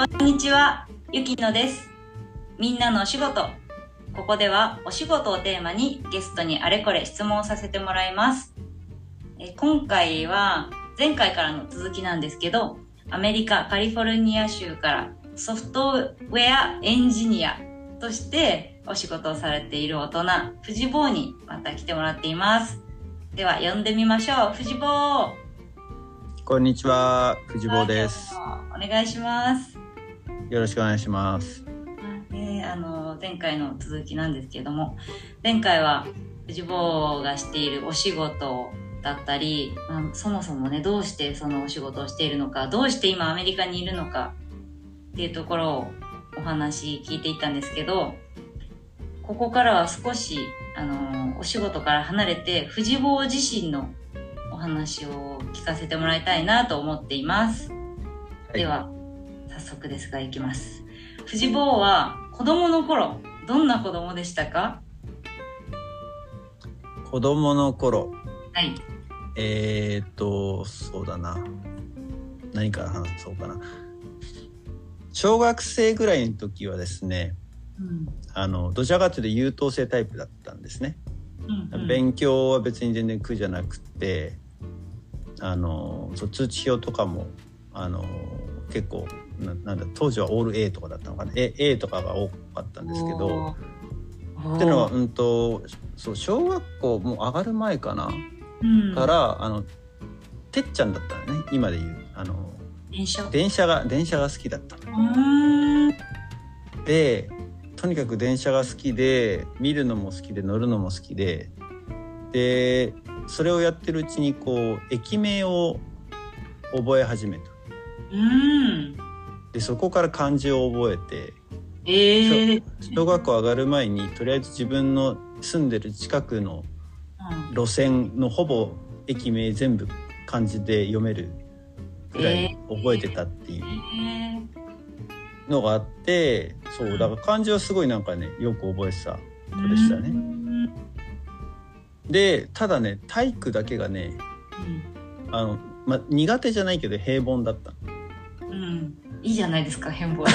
こんにちは、ゆきのです。みんなのお仕事。ここではお仕事をテーマにゲストにあれこれ質問させてもらいます。今回は前回からの続きなんですけど、アメリカカリフォルニア州からソフトウェアエンジニアとしてお仕事をされている大人、藤坊にまた来てもらっています。では呼んでみましょう。藤坊。 こんにちは、藤坊です。 お願いします。 よろしくお願いします。 前回の続きなんですけれども、前回は藤坊がしているお仕事だったり、そもそもね、どうしてそのお仕事をしているのか、どうして今アメリカにいるのかっていうところをお話聞いていったんですけど、ここからは少しお仕事から離れて藤坊自身のお話を聞かせてもらいたいなと思っています。はい、では早速ですがいきます。藤坊は子供の頃どんな子供でしたか？ 子供の頃、 はい。 そうだな。何から話そうかな。小学生ぐらいの時はですね、どちらかというと優等生タイプだったんですね。勉強は別に全然苦じゃなくて、通知表とかも結構当時はオール A とかだったのかな、A とかが多かったんですけど、っていうのはそう小学校もう上がる前かな、からてっちゃんだったのね、今で言う電車が好きだったので、とにかく電車が好きで、見るのも好きで乗るのも好きで、それをやってるうちに駅名を覚え始めた。でそこから漢字を覚えて、小学校上がる前にとりあえず自分の住んでる近くの路線のほぼ駅名全部漢字で読めるくらい覚えてたっていうのがあって、そうだから漢字はすごいよく覚えてた子でしたね。でただね、体育だけがね、苦手じゃないけど平凡だった。 いいじゃないですか、変貌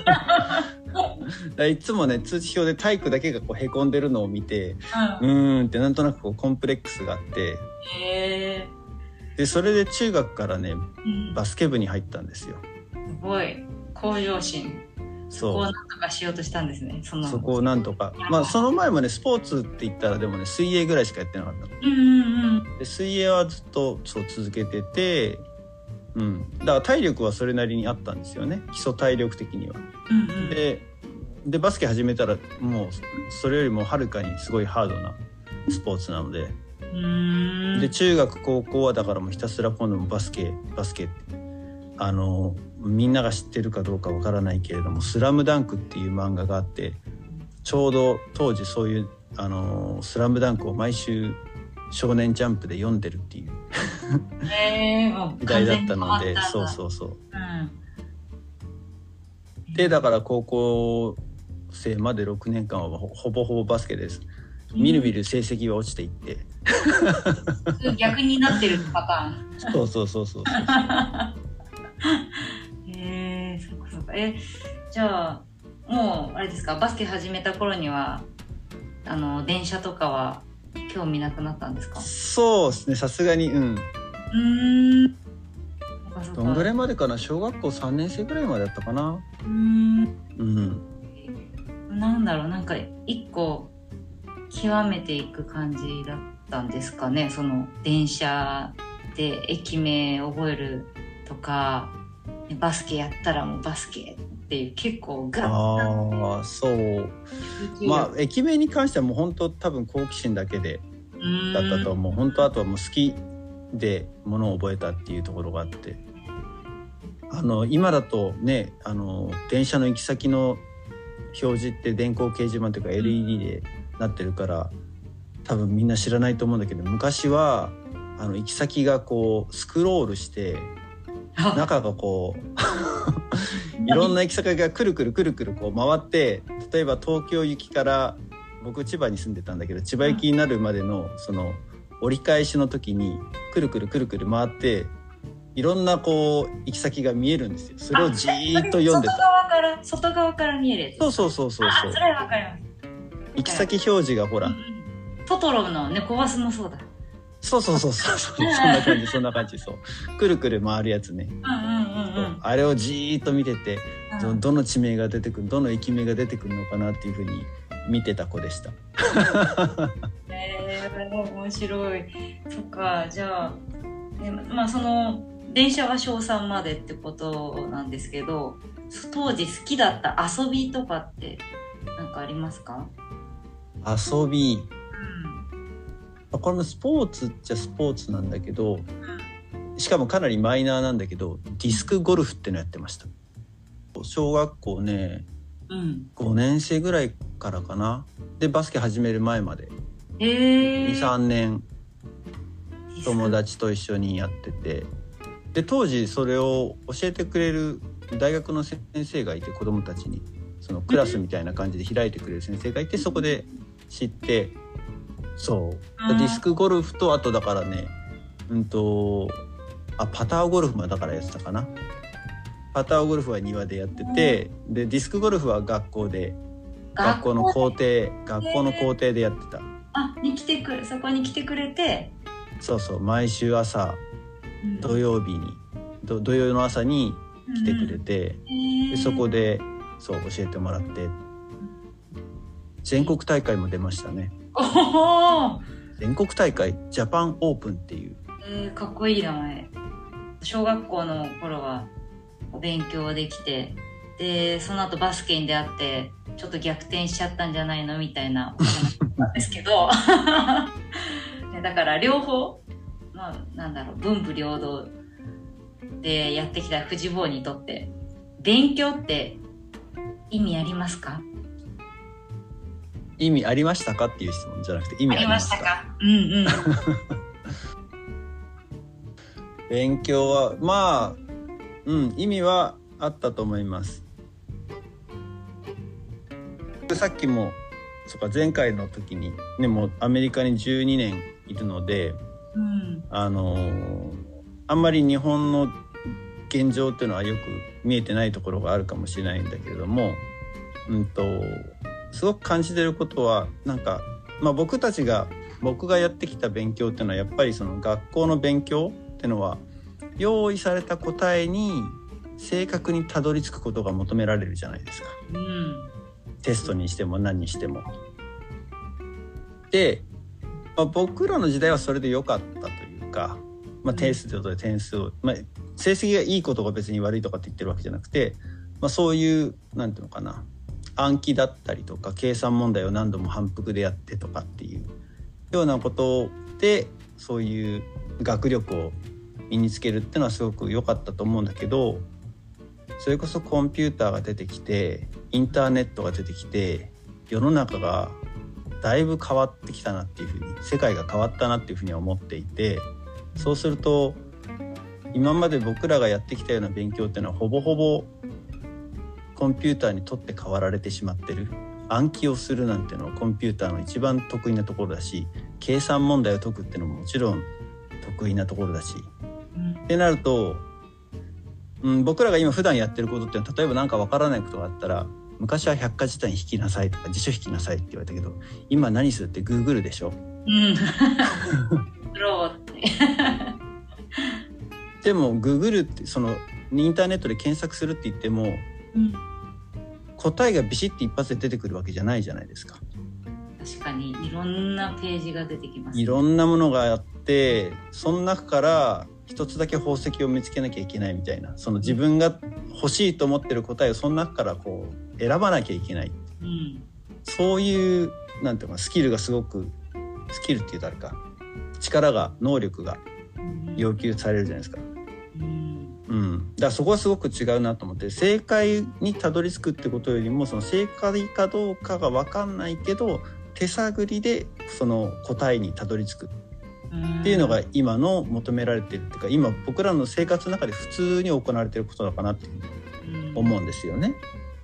いつもね、通知表で体育だけがへこんでるのを見て、ってなんとなくコンプレックスがあって、でそれで中学からね、バスケ部に入ったんですよ。 すごい向上心。そこをなんとかしようとしたんですね。そこをなんとか、その前もね、スポーツって言ったらでもね、水泳ぐらいしかやってなかったの。で水泳はずっと続けてて、だから体力はそれなりにあったんですよね、基礎体力的には。でバスケ始めたらもうそれよりもはるかにすごいハードなスポーツなので、で中学高校はだからもうひたすら今度もバスケってみんなが知ってるかどうかわからないけれども、スラムダンクっていう漫画があって、ちょうど当時そういうスラムダンクを毎週少年ジャンプで読んでるっていう時代だったので、そう、でだから高校生まで6年間はほぼほぼバスケです。みるみる成績は落ちていって逆になってるパターン。 そうそうか。じゃあもうあれですか、バスケ始めた頃には電車とかは興味なくなったんですか？ そうですね、さすがにどんぐらいまでかな、小学校3年生ぐらいまでだったかな。 なんだろう、一個極めていく感じだったんですかね。その電車で駅名覚えるとか、バスケやったらもうバスケっていう結構ガッ。 そう駅名に関してはもう本当多分好奇心だけでだったと思う。本当あとはもう好きで物を覚えたっていうところがあって、今だとね、電車の行き先の表示って電光掲示板というか LED でなってるから、多分みんな知らないと思うんだけど、昔は行き先がスクロールして中がいろんな行き先がくるくる回って、例えば東京行きから僕千葉に住んでたんだけど、千葉行きになるまでのその折り返しの時にくるくる回っていろんなこう行き先が見えるんですよ。それをじーっと読んでた。 外側から見えるやつ。 そうそうそうそうそう。 それはわかります。 行き先表示がほら、 トトロの猫バスもそうだ。 そうそうそうそうそんな感じそんな感じ。そうくるくる回るやつね。あれをじーっと見てて、どの地名が出てくる、どの駅名が出てくるのかなっていうふうに見てた子でした。 面白い。そっか、じゃあ、まあその電車は小3までってことなんですけど、当時好きだった遊びとかって何かありますか？ 遊び、これもスポーツっちゃスポーツなんだけど、しかもかなりマイナーなんだけど、ディスクゴルフってのやってました。小学校ね、5年生ぐらいからかな。でバスケ始める前まで、2、3年友達と一緒にやってて、で当時それを教えてくれる大学の先生がいて、子供たちにそのクラスみたいな感じで開いてくれる先生がいて、そこで知って、そうディスクゴルフと、あとだからね、パターゴルフもだからやってたかな。パターゴルフは庭でやってて、でディスクゴルフは学校の校庭でやってた。 そこに来てくれて、 そうそう、毎週朝、土曜の朝に来てくれて、でそこでそう教えてもらって、全国大会も出ましたね。全国大会ジャパンオープンっていう、 かっこいい名前。小学校の頃はお勉強できて、でその後バスケに出会ってちょっと逆転しちゃったんじゃないのみたいなお話なんですけどだから両方、文武両道でやってきた藤坊にとって勉強って意味ありますか？ 意味ありましたかっていう質問じゃなくて、意味ありましたか？勉強は意味はあったと思います。さっきも前回の時にね、もうアメリカに12年いるので、あんまり日本の現状っていうのはよく見えてないところがあるかもしれないんだけれども、すごく感じてることは、僕がやってきた勉強っていうのは、やっぱりその学校の勉強っていうのは用意された答えに正確にたどり着くことが求められるじゃないですか。テストにしても何にしても。で、僕らの時代はそれで良かったというか、テストで点数を、成績がいいことが別に悪いとかって言ってるわけじゃなくて、そういうなんていうのかな、暗記だったりとか計算問題を何度も反復でやってとかっていうようなことで、そういう学力を身につけるっていうのはすごく良かったと思うんだけど、それこそコンピューターが出てきて、インターネットが出てきて、世の中がだいぶ変わってきたなっていうふうに、世界が変わったなっていうふうに思っていて、そうすると今まで僕らがやってきたような勉強っていうのはほぼほぼコンピューターにとって代わられてしまってる。暗記をするなんていうのはコンピューターの一番得意なところだし、計算問題を解くっていうのももちろん得意なところだし、ってなると、僕らが今普段やってることっていうのは、例えば何か分からないことがあったら、昔は百科事典引きなさいとか辞書引きなさいって言われたけど、今何するって Google でしょ。でも Google ってそのインターネットで検索するって言っても、答えがビシッて一発で出てくるわけじゃないじゃないですか。 確かにいろんなページが出てきます、 いろんなものがあって、その中から一つだけ宝石を見つけなきゃいけないみたいな、その自分が欲しいと思ってる答えをその中からこう選ばなきゃいけない、そういうなんていうかスキルがすごく、スキルっていうとあれか、力が、能力が要求されるじゃないですか。だからそこはすごく違うなと思って、正解にたどり着くってことよりも、その正解かどうかが分かんないけど手探りでその答えにたどり着くっていうのが今の求められてるっていうか、今僕らの生活の中で普通に行われてることなのかなって思うんですよね。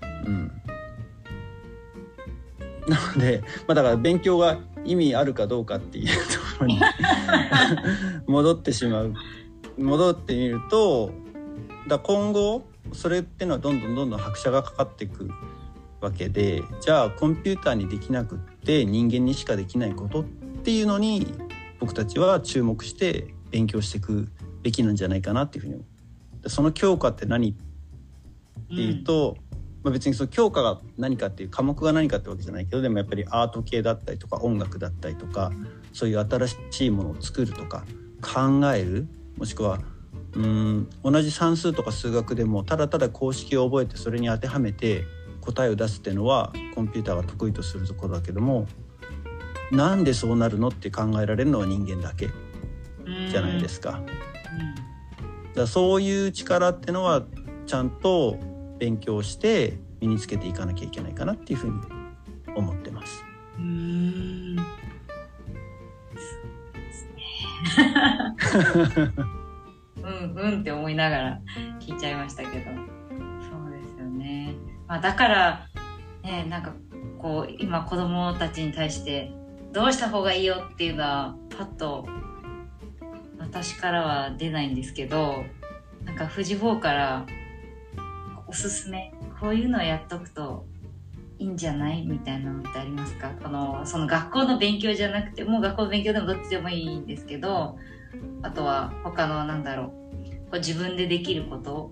なので、だから勉強が意味あるかどうかっていうところに戻ってしまう戻ってみると、今後それっていうのはどんどん拍車がかかっていくわけで、じゃあコンピューターにできなくって人間にしかできないことっていうのに僕たちは注目して勉強していくべきなんじゃないかなっていうふうに思う。その教科って何っていうと、別にその教科が何かっていう科目が何かってわけじゃないけど、でもやっぱりアート系だったりとか音楽だったりとか、そういう新しいものを作るとか考える、もしくは同じ算数とか数学でもただただ公式を覚えてそれに当てはめて答えを出すっていうのはコンピューターが得意とするところだけども、なんでそうなるのって考えられるのは人間だけじゃないですか。だからそういう力っていうのはちゃんと勉強して身につけていかなきゃいけないかなっていうふうに思ってます。 って思いながら聞いちゃいましたけど、そうですよね。だからね、なんかこう今子供たちに対してどうした方がいいよっていうのはパッと私からは出ないんですけど、なんか富士4からおすすめ、こういうのをやっとくといいんじゃないみたいなのってありますか？その学校の勉強じゃなくて、もう学校の勉強でもどっちでもいいんですけど、あとは他のこう自分でできること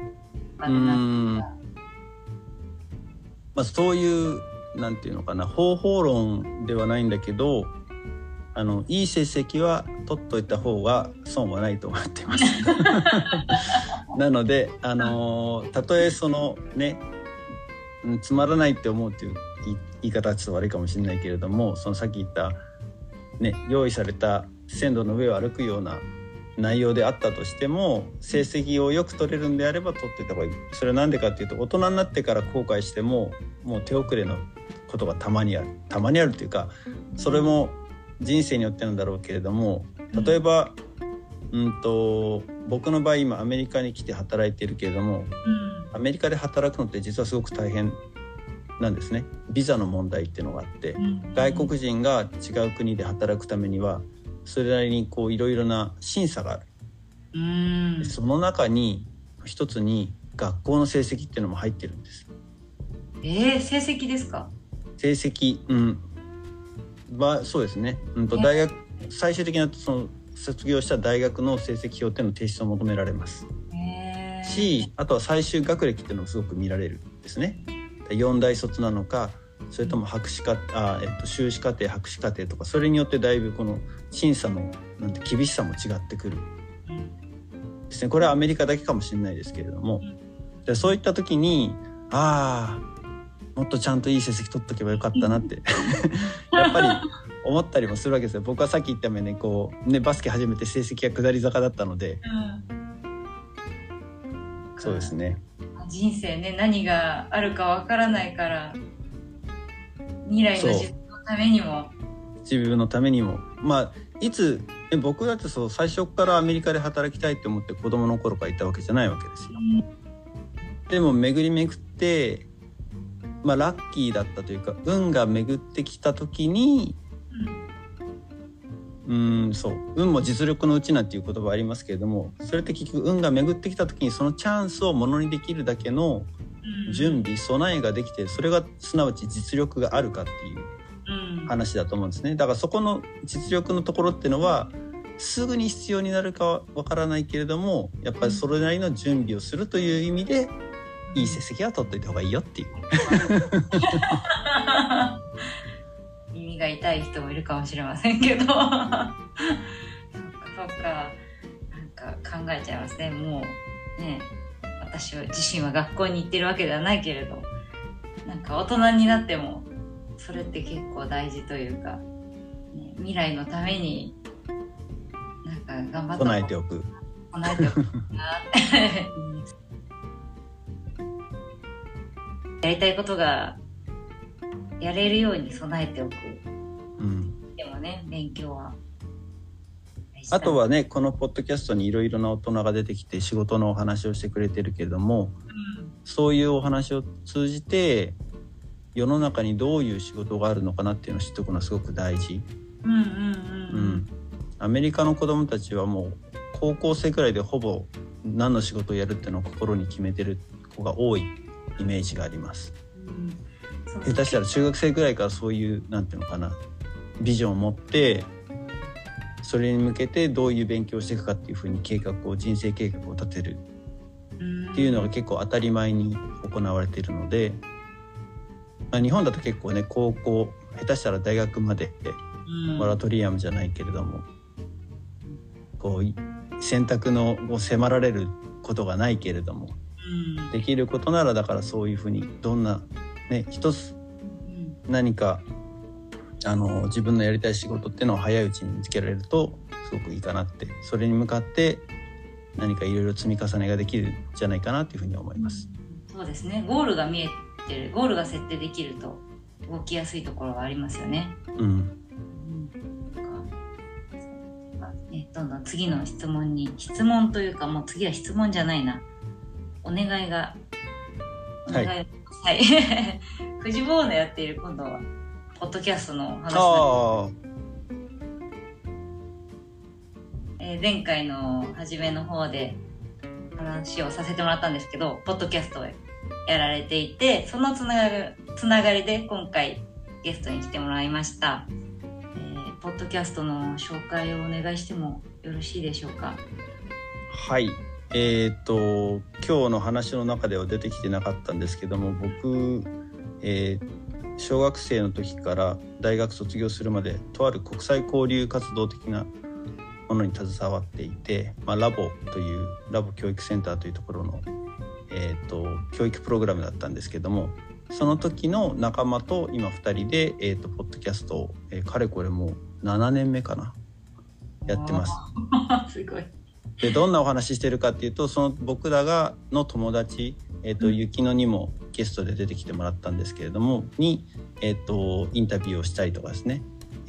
そういうなんていうのかな、方法論ではないんだけど、いい成績は取っといた方が損はないと思っていますなのでたとえそのね、つまらないって思うっていう言い方はちょっと悪いかもしれないけれども、そのさっき言ったね、用意された線路の上を歩くような内容であったとしても、成績をよく取れるんであれば取っていた方がいい。それはなんでかっていうと、大人になってから後悔してももう手遅れのことがたまにあるっていうか、それも人生によってなんだろうけれども、例えば僕の場合今アメリカに来て働いているけれども、アメリカで働くのって実はすごく大変なんですね。ビザの問題っていうのがあって、外国人が違う国で働くためにはそれなりにこういろいろな審査がある。でその中に一つに学校の成績っていうのも入ってるんです。 成績ですか？ 成績、そうですね。大学最終的なその卒業した大学の成績表っていうのを提出を求められますし、あとは最終学歴っていうのもすごく見られるんですね。4大卒なのか、それとも修士課程博士課程とか、それによってだいぶこの審査の厳しさも違ってくるですね。これはアメリカだけかもしれないですけれども、でそういった時にもっとちゃんといい成績取っとけばよかったなってやっぱり思ったりもするわけですよ。僕はさっき言ったようにね、バスケ始めて成績が下り坂だったので、そうですね。 人生ね、何があるかわからないから、未来の自分のためにも、いつ僕だって最初からアメリカで働きたいって思って子供の頃からいたわけじゃないわけですよ。でも巡り巡って、ラッキーだったというか、運が巡ってきた時に、運も実力のうちなんていう言葉ありますけれども、それって結局運が巡ってきた時にそのチャンスをものにできるだけの準備、備えができて、それがすなわち実力があるかっていう話だと思うんですね。だからそこの実力のところっていうのはすぐに必要になるかはわからないけれども、やっぱりそれなりの準備をするという意味でいい成績は取っといた方がいいよっていう耳が痛い人もいるかもしれませんけどそっかなんか考えちゃいますね。もうね、私自身は学校に行ってるわけではないけれど、なんか大人になってもそれって結構大事というか、ね、未来のためになんか頑張って備えておくなやりたいことがやれるように備えておく、でもね、勉強はあとはね、このポッドキャストにいろいろな大人が出てきて仕事のお話をしてくれてるけれども、そういうお話を通じて世の中にどういう仕事があるのかなっていうのを知っておくのはすごく大事。アメリカの子どもたちはもう高校生くらいでほぼ何の仕事をやるっていうのを心に決めてる子が多いイメージがあります。下手したら中学生くらいからそういうなんていうのかな、ビジョンを持ってそれに向けてどういう勉強をしていくかっていうふうに人生計画を立てるっていうのが結構当たり前に行われているので、日本だと結構ね、高校下手したら大学までモラトリアムじゃないけれども、こう選択のを迫られることがないけれども、できることならだからそういうふうにどんなね、一つ何か自分のやりたい仕事っていうのを早いうちに見つけられるとすごくいいかなって、それに向かって何かいろいろ積み重ねができるんじゃないかなというふうに思います。 そうですね、ゴールが見えてる、ゴールが設定できると動きやすいところがありますよね。どんどん次の質問というか、もう次は質問じゃないな、お願いがはいフジボーノやっている今度はポッドキャストの話なんです。前回の初めの方で話をさせてもらったんですけど、ポッドキャストをやられていて、そのつながりで今回ゲストに来てもらいました。ポッドキャストの紹介をお願いしてもよろしいでしょうか。 はい、今日の話の中では出てきてなかったんですけども、僕、小学生の時から大学卒業するまでとある国際交流活動的なものに携わっていて、ラボ教育センターというところの、教育プログラムだったんですけども、その時の仲間と今2人で、ポッドキャストを、かれこれもう7年目かなやってます。 すごい。 でどんなお話してるかっていうと、その僕らの友達、雪乃にもゲストで出てきてもらったんですけれどもに、インタビューをしたりとかですね、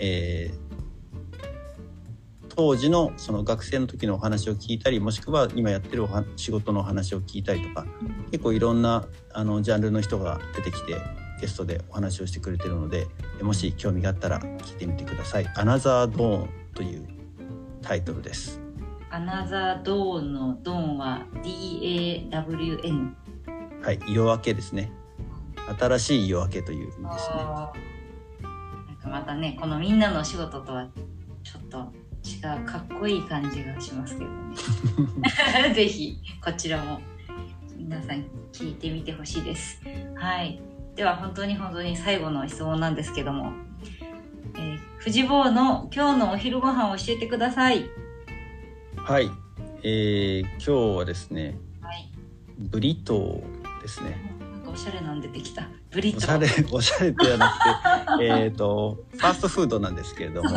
当時のその学生の時のお話を聞いたり、もしくは今やってる仕事のお話を聞いたりとか、結構いろんなジャンルの人が出てきてゲストでお話をしてくれてるので、もし興味があったら聞いてみてください。アナザードーンというタイトルです。 アナザードーンのドーンは DAWN。 はい、夜明けですね。新しい夜明けという意味ですね。 なんかまたね、このみんなのお仕事とはちょっと違うかっこいい感じがしますけどねぜひこちらも皆さん聞いてみてほしいです。はい、では本当に最後の質問なんですけども、フジボーの今日のお昼ご飯を教えてください。 はい、今日はですね、はい、ブリトーですね。 なんかおしゃれなん出てきた。ブリトーおしゃれではなくてファーストフードなんですけれども、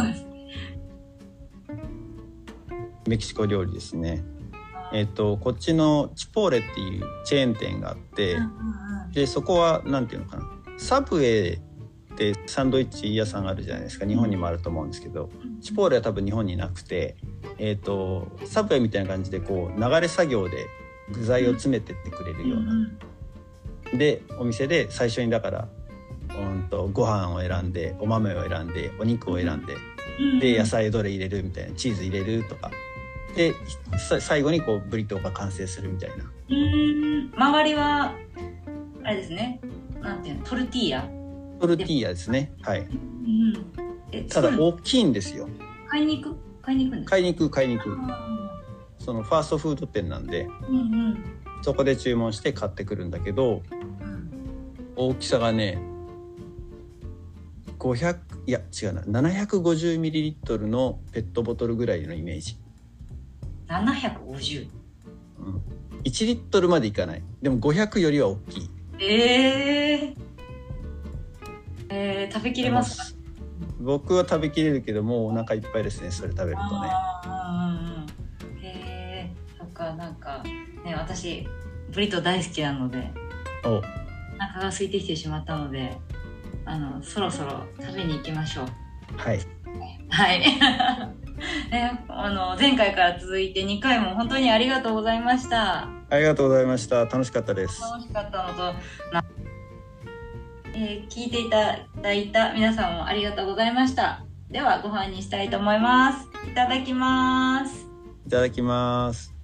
メキシコ料理ですね。こっちのチポーレっていうチェーン店があって、でそこはなんていうのかな、サブウェイでサンドイッチ屋さんあるじゃないですか。日本にもあると思うんですけど、チポーレは多分日本になくて、サブウェイみたいな感じでこう流れ作業で具材を詰めてってくれるような、でお店で最初にだからご飯を選んで、お豆を選んで、お肉を選んで、で野菜どれ入れるみたいな、チーズ入れるとかで、最後にこうブリトーが完成するみたいな。 周りはあれですね、なんていうの、トルティーヤですね。はい、ただ大きいんですよ。買いに行くんですか？買いに行く。そのファーストフード店なんで、そこで注文して買ってくるんだけど、大きさがね750ml のペットボトルぐらいのイメージ。 750、1リットルまでいかない。でも500よりは大きい。 食べきれますか？ 僕は食べきれるけど、もうお腹いっぱいですね、それ食べるとね。 そっか、なんかね、私ブリトー大好きなのでお腹が空いてきてしまったので、そろそろ食べに行きましょう。 はいはい前回から続いて2回も本当にありがとうございました。 ありがとうございました。楽しかったです。 楽しかったのと聞いていただいた皆さんもありがとうございました。ではご飯にしたいと思います。いただきます。 いただきます。